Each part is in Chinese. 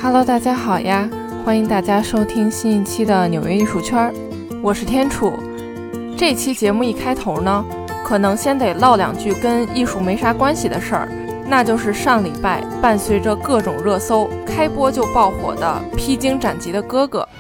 Hello， 大家好呀，欢迎大家收听新一期的纽约艺术圈，我是天楚。这期节目一开头呢，可能先得唠两句跟艺术没啥关系的事儿，那就是上礼拜伴随着各种热搜开播就爆火的《披荆斩棘的哥哥》。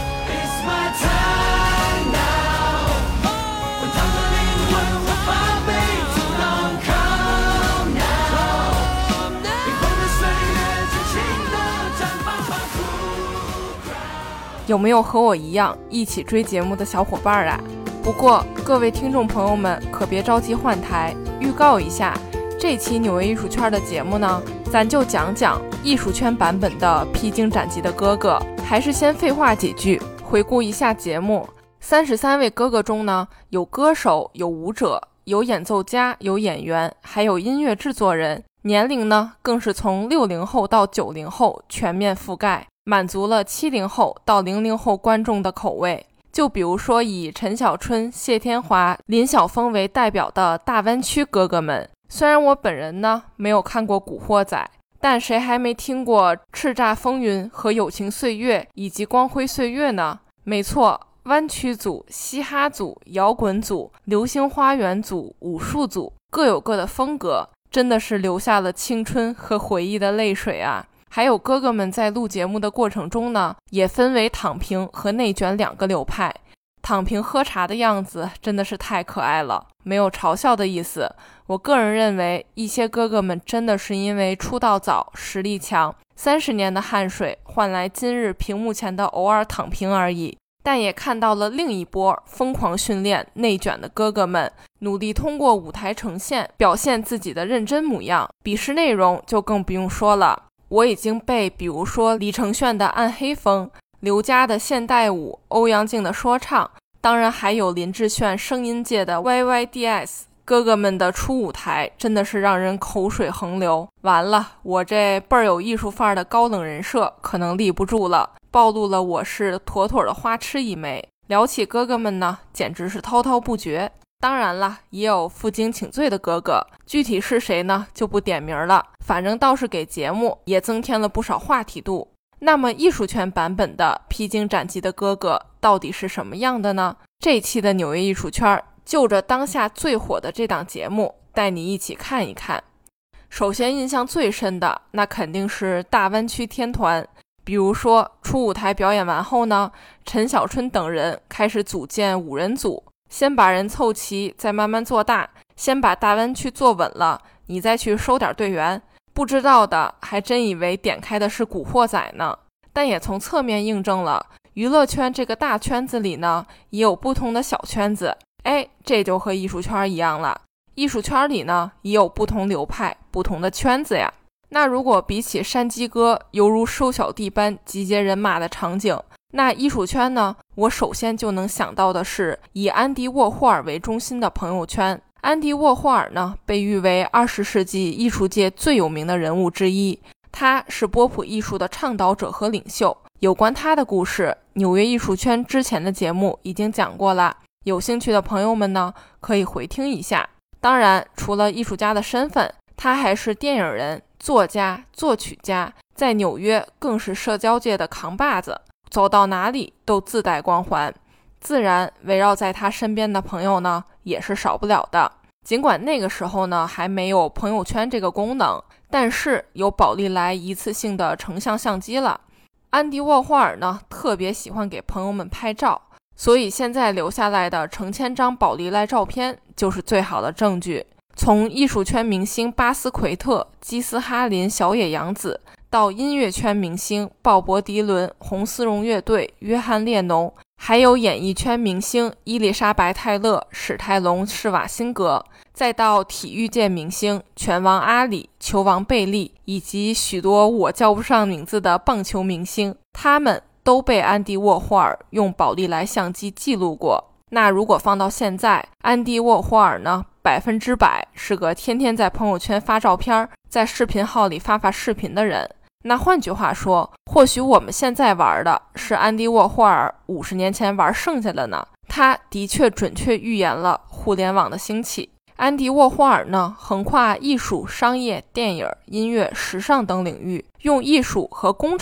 有没有和我一样一起追节目的小伙伴啊？不过各位听众朋友们可别着急换台，预告一下，这期纽约艺术圈的节目呢，咱就讲讲艺术圈版本的《披荆斩棘的哥哥》。还是先废话几句，回顾一下节目。33位哥哥中呢，有歌手，有舞者，有演奏家，有演员，还有音乐制作人，年龄呢更是从60后到90后全面覆盖，满足了70后到00后观众的口味。就比如说以陈小春、谢天华、林晓峰为代表的大湾区哥哥们，虽然我本人呢没有看过《古惑仔》，但谁还没听过《叱咤风云》和《友情岁月》以及《光辉岁月》呢？没错，湾区组、嘻哈组、摇滚组、流星花园组、武术组各有各的风格，真的是留下了青春和回忆的泪水啊。还有哥哥们在录节目的过程中呢，也分为躺平和内卷两个流派。躺平喝茶的样子真的是太可爱了，没有嘲笑的意思。我个人认为一些哥哥们真的是因为出道早，实力强，30年的汗水换来今日屏幕前的偶尔躺平而已。但也看到了另一波疯狂训练内卷的哥哥们，努力通过舞台呈现表现自己的认真模样。比试内容就更不用说了，我已经被比如说李承铉的暗黑风、刘佳的现代舞、欧阳靖的说唱，当然还有林志炫声音界的 YYDS， 哥哥们的出舞台真的是让人口水横流。完了，我这倍儿有艺术范儿的高冷人设可能立不住了，暴露了我是妥妥的花痴一枚。聊起哥哥们呢，简直是滔滔不绝。当然了，也有负荆请罪的哥哥，具体是谁呢就不点名了，反正倒是给节目也增添了不少话题度。那么艺术圈版本的披荆斩棘的哥哥到底是什么样的呢？这期的纽约艺术圈就着当下最火的这档节目带你一起看一看。首先印象最深的那肯定是大湾区天团，比如说出舞台表演完后呢，陈小春等人开始组建5人组，先把人凑齐，再慢慢做大，先把大湾区做稳了，你再去收点队员。不知道的还真以为点开的是古惑仔呢。但也从侧面印证了娱乐圈这个大圈子里呢，也有不同的小圈子。这就和艺术圈一样了，艺术圈里呢也有不同流派、不同的圈子呀。那如果比起山鸡哥犹如收小弟般集结人马的场景，那艺术圈呢，我首先就能想到的是以安迪沃霍尔为中心的朋友圈。安迪沃霍尔呢，被誉为20世纪艺术界最有名的人物之一，他是波普艺术的倡导者和领袖。有关他的故事，纽约艺术圈之前的节目已经讲过了，有兴趣的朋友们呢，可以回听一下。当然，除了艺术家的身份，他还是电影人、作家、作曲家，在纽约更是社交界的扛把子，走到哪里都自带光环。自然围绕在他身边的朋友呢，也是少不了的。尽管那个时候呢，还没有朋友圈这个功能，但是有宝丽来一次性的成像相机了。安迪沃霍尔呢，特别喜欢给朋友们拍照，所以现在留下来的成千张宝丽来照片就是最好的证据。从艺术圈明星巴斯奎特、基斯哈林、小野洋子，到音乐圈明星鲍勃迪伦、红丝绒乐队、约翰列侬，还有演艺圈明星伊丽莎白泰勒、史泰龙、施瓦辛格，再到体育界明星拳王阿里、球王贝利，以及许多我叫不上名字的棒球明星，他们都被安迪沃霍尔用宝丽来相机记录过。那如果放到现在，安迪沃霍尔呢，100%是个天天在朋友圈发照片，在视频号里发视频的人。那换句话说，或许我们现在玩的是安迪沃霍尔50年前玩剩下的呢。他的确准确预言了互联网的兴起。安迪沃霍尔呢，横跨艺术、商业、电影、音乐、时尚等领域，用艺术和工厂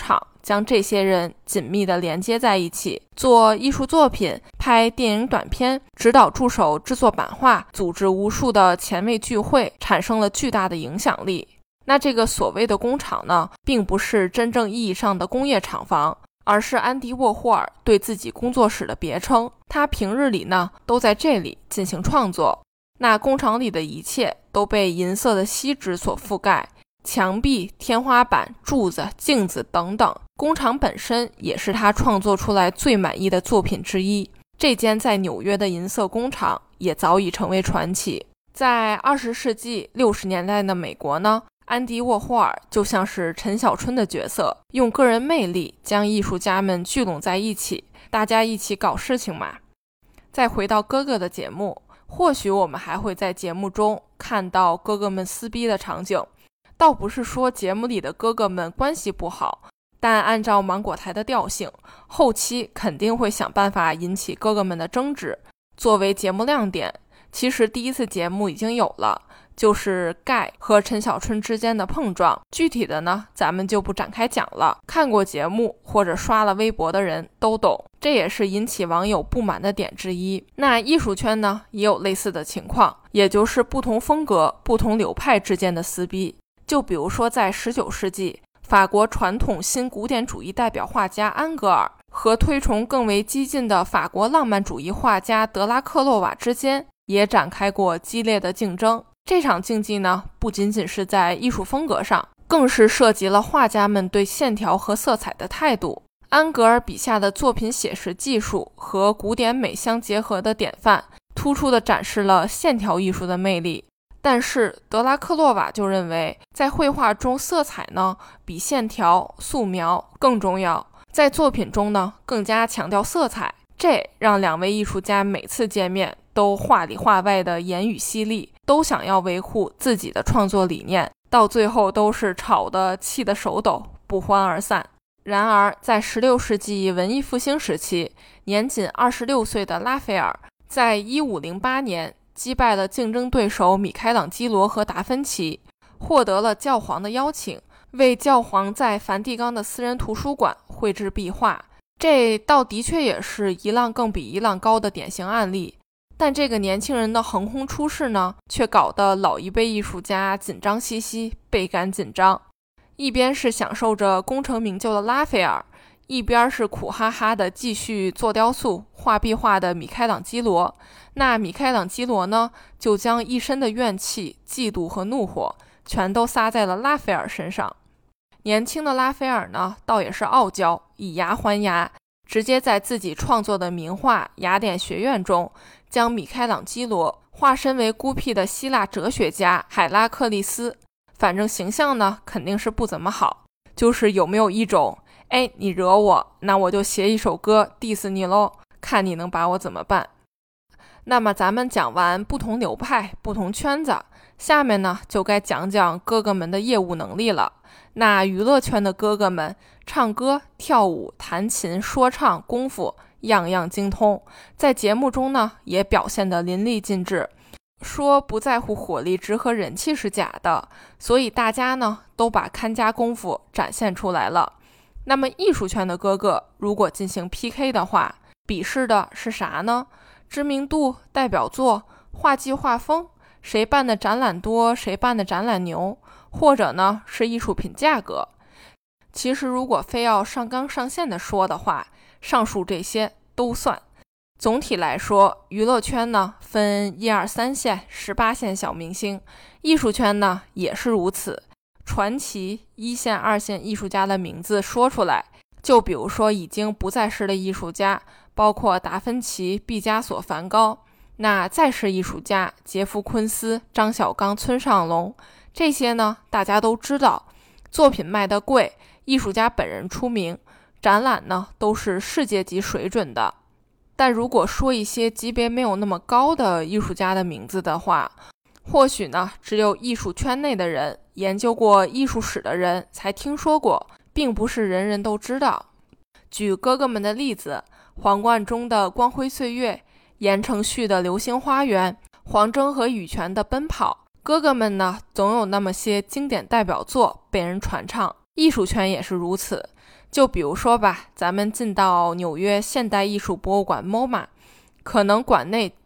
将这些人紧密地连接在一起，做艺术作品，拍电影短片，指导助手制作版画，组织无数的前卫聚会，产生了巨大的影响力。那这个所谓的工厂呢，并不是真正意义上的工业厂房，而是安迪沃霍尔对自己工作室的别称。他平日里呢，都在这里进行创作。那工厂里的一切都被银色的锡纸所覆盖，墙壁、天花板、柱子、镜子等等。工厂本身也是他创作出来最满意的作品之一。这间在纽约的银色工厂也早已成为传奇。在20世纪60年代的美国呢，安迪沃霍尔就像是陈小春的角色，用个人魅力将艺术家们聚拢在一起，大家一起搞事情嘛。再回到哥哥的节目，或许我们还会在节目中看到哥哥们撕逼的场景。倒不是说节目里的哥哥们关系不好，但按照芒果台的调性，后期肯定会想办法引起哥哥们的争执。作为节目亮点，其实第一次节目已经有了，就是盖和陈小春之间的碰撞。具体的呢，咱们就不展开讲了，看过节目或者刷了微博的人都懂，这也是引起网友不满的点之一。那艺术圈呢，也有类似的情况，也就是不同风格、不同流派之间的撕逼。就比如说在19世纪，法国传统新古典主义代表画家安格尔和推崇更为激进的法国浪漫主义画家德拉克洛瓦之间也展开过激烈的竞争。这场竞技呢，不仅仅是在艺术风格上，更是涉及了画家们对线条和色彩的态度。安格尔笔下的作品写实技术和古典美相结合的典范，突出地展示了线条艺术的魅力。但是德拉克洛瓦就认为，在绘画中色彩呢比线条、素描更重要，在作品中呢更加强调色彩。这让两位艺术家每次见面都话里话外的言语犀利，都想要维护自己的创作理念，到最后都是吵得气得手抖，不欢而散。然而在16世纪文艺复兴时期，年仅26岁的拉斐尔在1508年击败了竞争对手米开朗基罗和达芬奇，获得了教皇的邀请，为教皇在梵蒂冈的私人图书馆绘制壁画。这倒的确也是一浪更比一浪高的典型案例。但这个年轻人的横空出世呢，却搞得老一辈艺术家紧张兮兮，倍感紧张。一边是享受着功成名就的拉斐尔，一边是苦哈哈的继续做雕塑、画壁画的米开朗基罗。那米开朗基罗呢，就将一身的怨气、嫉妒和怒火全都撒在了拉斐尔身上。年轻的拉斐尔呢，倒也是傲娇，以牙还牙，直接在自己创作的名画《雅典学院》中，将米开朗基罗化身为孤僻的希腊哲学家海拉克利斯。反正形象呢，肯定是不怎么好，就是有没有一种你惹我，那我就写一首歌 diss 你咯，看你能把我怎么办。那么咱们讲完不同流派、不同圈子，下面呢就该讲讲哥哥们的业务能力了。那娱乐圈的哥哥们，唱歌、跳舞、弹琴、说唱功夫样样精通，在节目中呢也表现得淋漓尽致。说不在乎火力值和人气是假的，所以大家呢都把看家功夫展现出来了。那么艺术圈的哥哥如果进行 PK 的话，比试的是啥呢？知名度、代表作、画技、画风，谁办的展览多，谁办的展览牛，或者呢是艺术品价格。其实如果非要上纲上线的说的话，上述这些都算。总体来说，娱乐圈呢分1、2、3线、18线小明星，艺术圈呢也是如此。传奇1线、2线艺术家的名字说出来，就比如说已经不在世的艺术家，包括达芬奇、毕加索、梵高。那在世艺术家杰夫·昆斯、张小刚、村上隆，这些呢大家都知道，作品卖得贵，艺术家本人出名，展览呢都是世界级水准的。但如果说一些级别没有那么高的艺术家的名字的话，或许呢只有艺术圈内的人、研究过艺术史的人才听说过，并不是人人都知道。举哥哥们的例子，黄贯中的《光辉岁月》，言承旭的《流星花园》，黄征和羽泉的《奔跑》，哥哥们呢总有那么些经典代表作被人传唱。 艺术圈也是如此。就比如说吧，咱们进到纽约现代艺术博物馆 MoMA， 可能馆内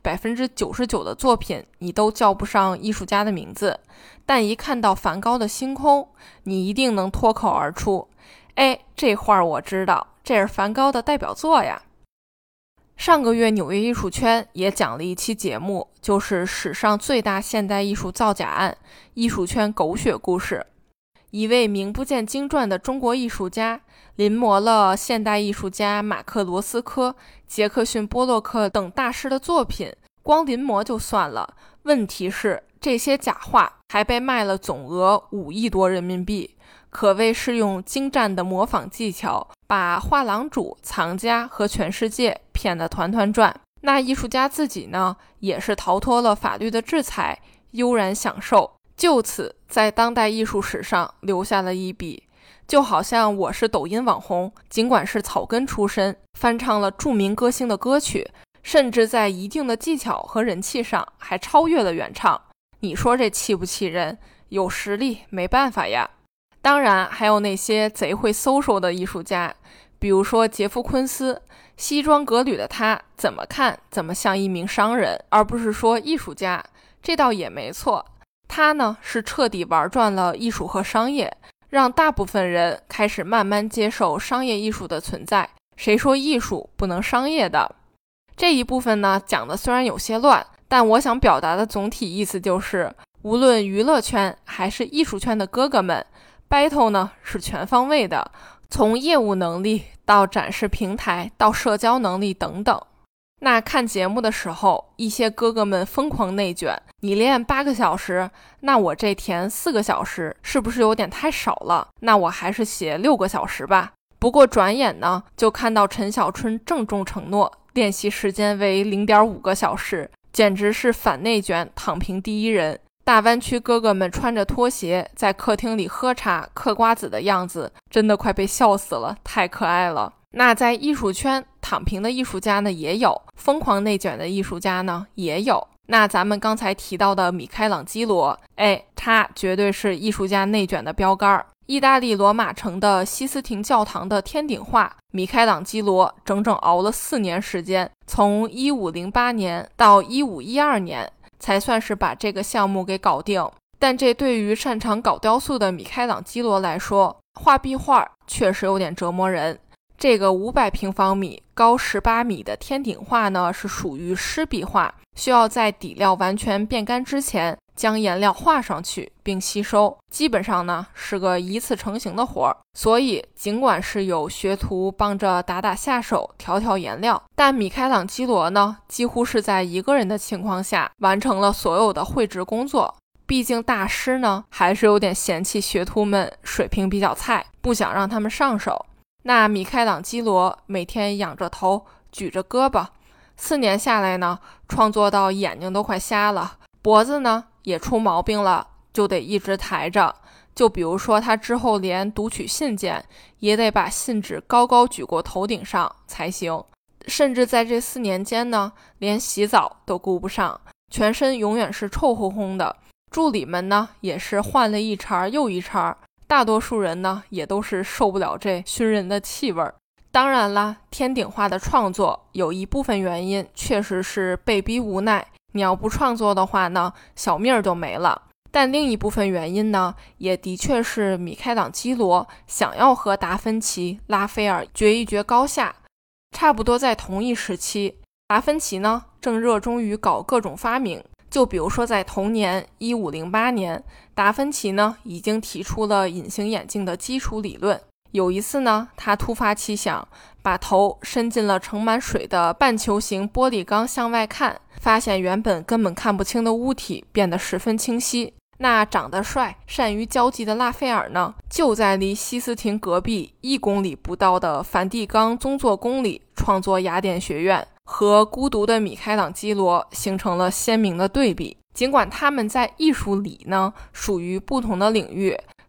99% 的作品你都叫不上艺术家的名字，但一看到梵高的星空，你一定能脱口而出，哎，这画我知道，这是梵高的代表作呀。上个月纽约艺术圈也讲了一期节目，就是史上最大现代艺术造假案，艺术圈狗血故事。一位名不见经传的中国艺术家临摹了现代艺术家马克·罗斯科、杰克逊·波洛克等大师的作品，光临摹就算了，问题是这些假画还被卖了总额5亿多人民币，可谓是用精湛的模仿技巧把画廊主、藏家和全世界骗得团团转。那艺术家自己呢，也是逃脱了法律的制裁，悠然享受，就此在当代艺术史上留下了一笔。就好像我是抖音网红，尽管是草根出身，翻唱了著名歌星的歌曲，甚至在一定的技巧和人气上还超越了原唱。你说这气不气人？有实力没办法呀。当然还有那些贼会social的艺术家，比如说杰夫·昆斯，西装革履的他怎么看怎么像一名商人，而不是说艺术家，这倒也没错。他呢是彻底玩转了艺术和商业，让大部分人开始慢慢接受商业艺术的存在。谁说艺术不能商业的？这一部分呢讲的虽然有些乱，但我想表达的总体意思就是，无论娱乐圈还是艺术圈的哥哥们，battle 呢是全方位的，从业务能力到展示平台到社交能力等等。那看节目的时候，一些哥哥们疯狂内卷，你练8个小时，那我这填4个小时是不是有点太少了？那我还是写6个小时吧。不过转眼呢，就看到陈小春郑重承诺练习时间为 0.5 个小时，简直是反内卷躺平第一人。大湾区哥哥们穿着拖鞋在客厅里喝茶嗑瓜子的样子，真的快被笑死了，太可爱了。那在艺术圈，躺平的艺术家呢也有，疯狂内卷的艺术家呢也有。那咱们刚才提到的米开朗基罗，他绝对是艺术家内卷的标杆。意大利罗马城的西斯廷教堂的天顶画，米开朗基罗整整熬了4年时间，从1508年到1512年才算是把这个项目给搞定。但这对于擅长搞雕塑的米开朗基罗来说，画壁画确实有点折磨人。这个500平方米、高18米的天顶画呢，是属于湿壁画，需要在底料完全变干之前将颜料画上去并吸收，基本上呢是个一次成型的活儿。所以尽管是有学徒帮着打下手调颜料，但米开朗基罗呢几乎是在一个人的情况下完成了所有的绘制工作。毕竟大师呢还是有点嫌弃学徒们水平比较菜，不想让他们上手。那米开朗基罗每天仰着头举着胳膊，4年下来呢，创作到眼睛都快瞎了，脖子呢也出毛病了，就得一直抬着。就比如说他之后连读取信件也得把信纸高高举过头顶上才行，甚至在这4年间呢，连洗澡都顾不上，全身永远是臭烘烘的。助理们呢也是换了一茬又一茬，大多数人呢也都是受不了这熏人的气味。当然啦，天顶画的创作有一部分原因确实是被逼无奈，你要不创作的话呢，小命就没了。但另一部分原因呢，也的确是米开朗基罗想要和达芬奇、拉斐尔决一决高下。差不多在同一时期，达芬奇呢正热衷于搞各种发明。就比如说在同年1508年，达芬奇呢已经提出了隐形眼镜的基础理论。有一次呢，他突发奇想，把头伸进了盛满水的半球形玻璃缸向外看，发现原本根本看不清的物体变得十分清晰。那长得帅、善于交际的拉斐尔呢，就在离西斯廷隔壁1公里不到的梵蒂冈宗座宫里创作雅典学院，和孤独的米开朗基罗形成了鲜明的对比。尽管他们在艺术里呢属于不同的领域，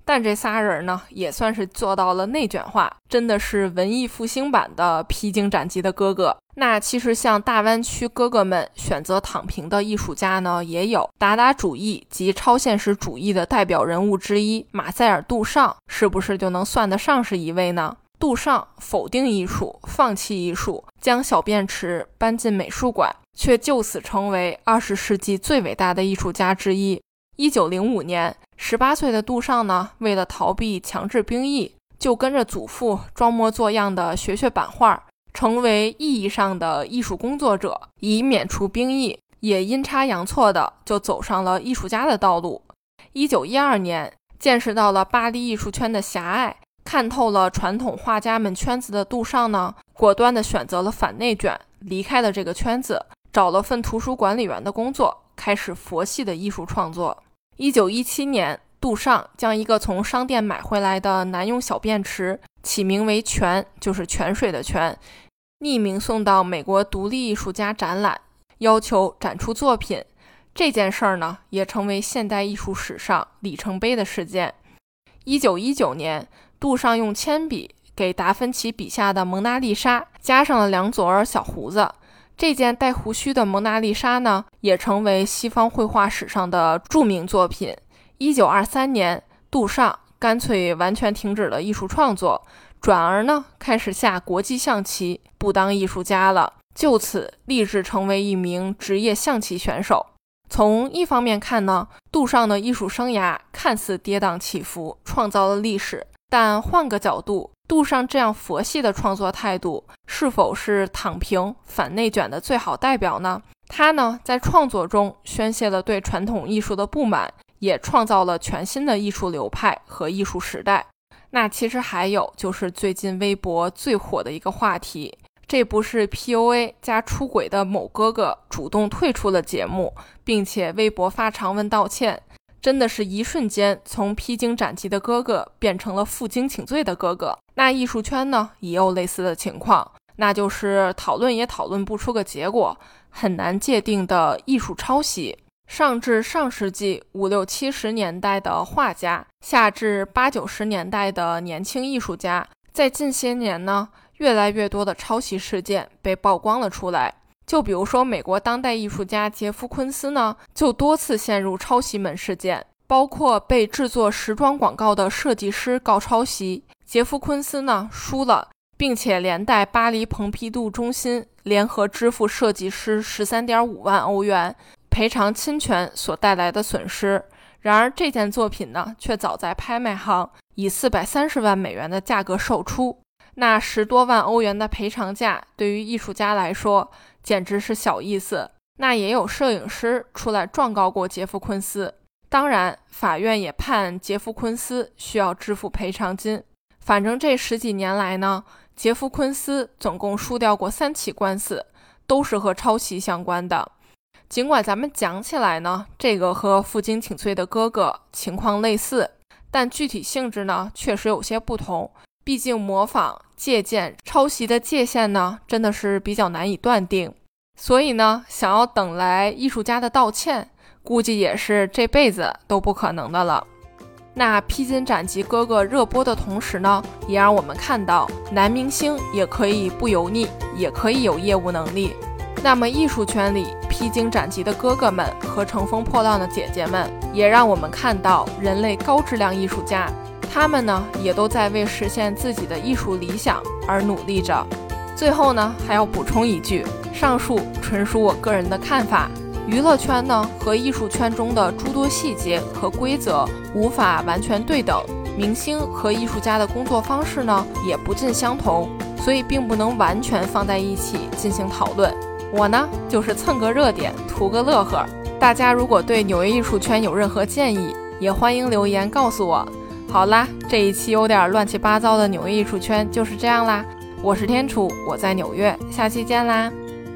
但这仨人呢，也算是做到了内卷化，真的是文艺复兴版的披荆斩棘的哥哥。那其实像大湾区哥哥们选择躺平的艺术家呢，也有达达主义及超现实主义的代表人物之一马塞尔·杜尚，是不是就能算得上是一位呢？杜尚否定艺术，放弃艺术，将小便池搬进美术馆，却就此成为20世纪最伟大的艺术家之一。1905年，18岁的杜尚呢，为了逃避强制兵役，就跟着祖父装模作样的学版画，成为意义上的艺术工作者，以免除兵役，也阴差阳错的就走上了艺术家的道路。1912年，见识到了巴黎艺术圈的狭隘，看透了传统画家们圈子的杜尚呢，果断地选择了反内卷，离开了这个圈子，找了份图书管理员的工作，开始佛系的艺术创作。1917年，杜尚将一个从商店买回来的男用小便池起名为泉，就是泉水的泉，匿名送到美国独立艺术家展览，要求展出作品。这件事儿呢，也成为现代艺术史上里程碑的事件。1919年，杜尚用铅笔给达芬奇笔下的蒙娜丽莎加上了2撮耳小胡子。这件带胡须的蒙娜丽莎呢，也成为西方绘画史上的著名作品。1923年，杜尚干脆完全停止了艺术创作，转而呢开始下国际象棋，不当艺术家了，就此立志成为一名职业象棋选手。从一方面看呢，杜尚的艺术生涯看似跌宕起伏，创造了历史，但换个角度，杜尚这样佛系的创作态度，是否是躺平反内卷的最好代表呢？他呢，在创作中宣泄了对传统艺术的不满，也创造了全新的艺术流派和艺术时代。那其实还有就是最近微博最火的一个话题，这不是 PUA 加出轨的某哥哥主动退出了节目，并且微博发长文道歉，真的是一瞬间从披荆斩棘的哥哥变成了负荆请罪的哥哥。那艺术圈呢，也有类似的情况，那就是讨论也讨论不出个结果，很难界定的艺术抄袭。上至上世纪50、60、70年代的画家，下至80、90年代的年轻艺术家，在近些年呢，越来越多的抄袭事件被曝光了出来。就比如说美国当代艺术家杰夫·昆斯呢，就多次陷入抄袭门事件，包括被制作时装广告的设计师告抄袭，杰夫·昆斯呢输了，并且连带巴黎蓬皮杜中心联合支付设计师13.5万欧元赔偿侵权所带来的损失。然而这件作品呢，却早在拍卖行以430万美元的价格售出。那10多万欧元的赔偿价对于艺术家来说简直是小意思。那也有摄影师出来状告过杰夫·昆斯，当然法院也判杰夫·昆斯需要支付赔偿金。反正这10几年来呢，杰夫·昆斯总共输掉过3起官司，都是和抄袭相关的。尽管咱们讲起来呢，这个和负荆请罪的哥哥情况类似，但具体性质呢确实有些不同。毕竟模仿、借鉴、抄袭的界限呢，真的是比较难以断定。所以呢，想要等来艺术家的道歉，估计也是这辈子都不可能的了。那披荆斩棘哥哥热播的同时呢，也让我们看到男明星也可以不油腻，也可以有业务能力。那么艺术圈里披荆斩棘的哥哥们和乘风破浪的姐姐们，也让我们看到人类高质量艺术家，他们呢也都在为实现自己的艺术理想而努力着。最后呢，还要补充一句，上述纯属我个人的看法，娱乐圈呢和艺术圈中的诸多细节和规则无法完全对等，明星和艺术家的工作方式呢也不尽相同，所以并不能完全放在一起进行讨论。我呢就是蹭个热点，图个乐呵。大家如果对纽约艺术圈有任何建议，也欢迎留言告诉我。好啦，这一期有点乱七八糟的纽约艺术圈就是这样啦。我是天楚，我在纽约，下期见啦。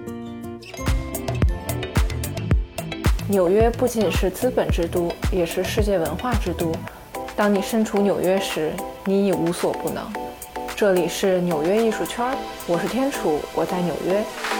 纽约不仅是资本之都，也是世界文化之都。当你身处纽约时，你已无所不能。这里是纽约艺术圈，我是天楚，我在纽约。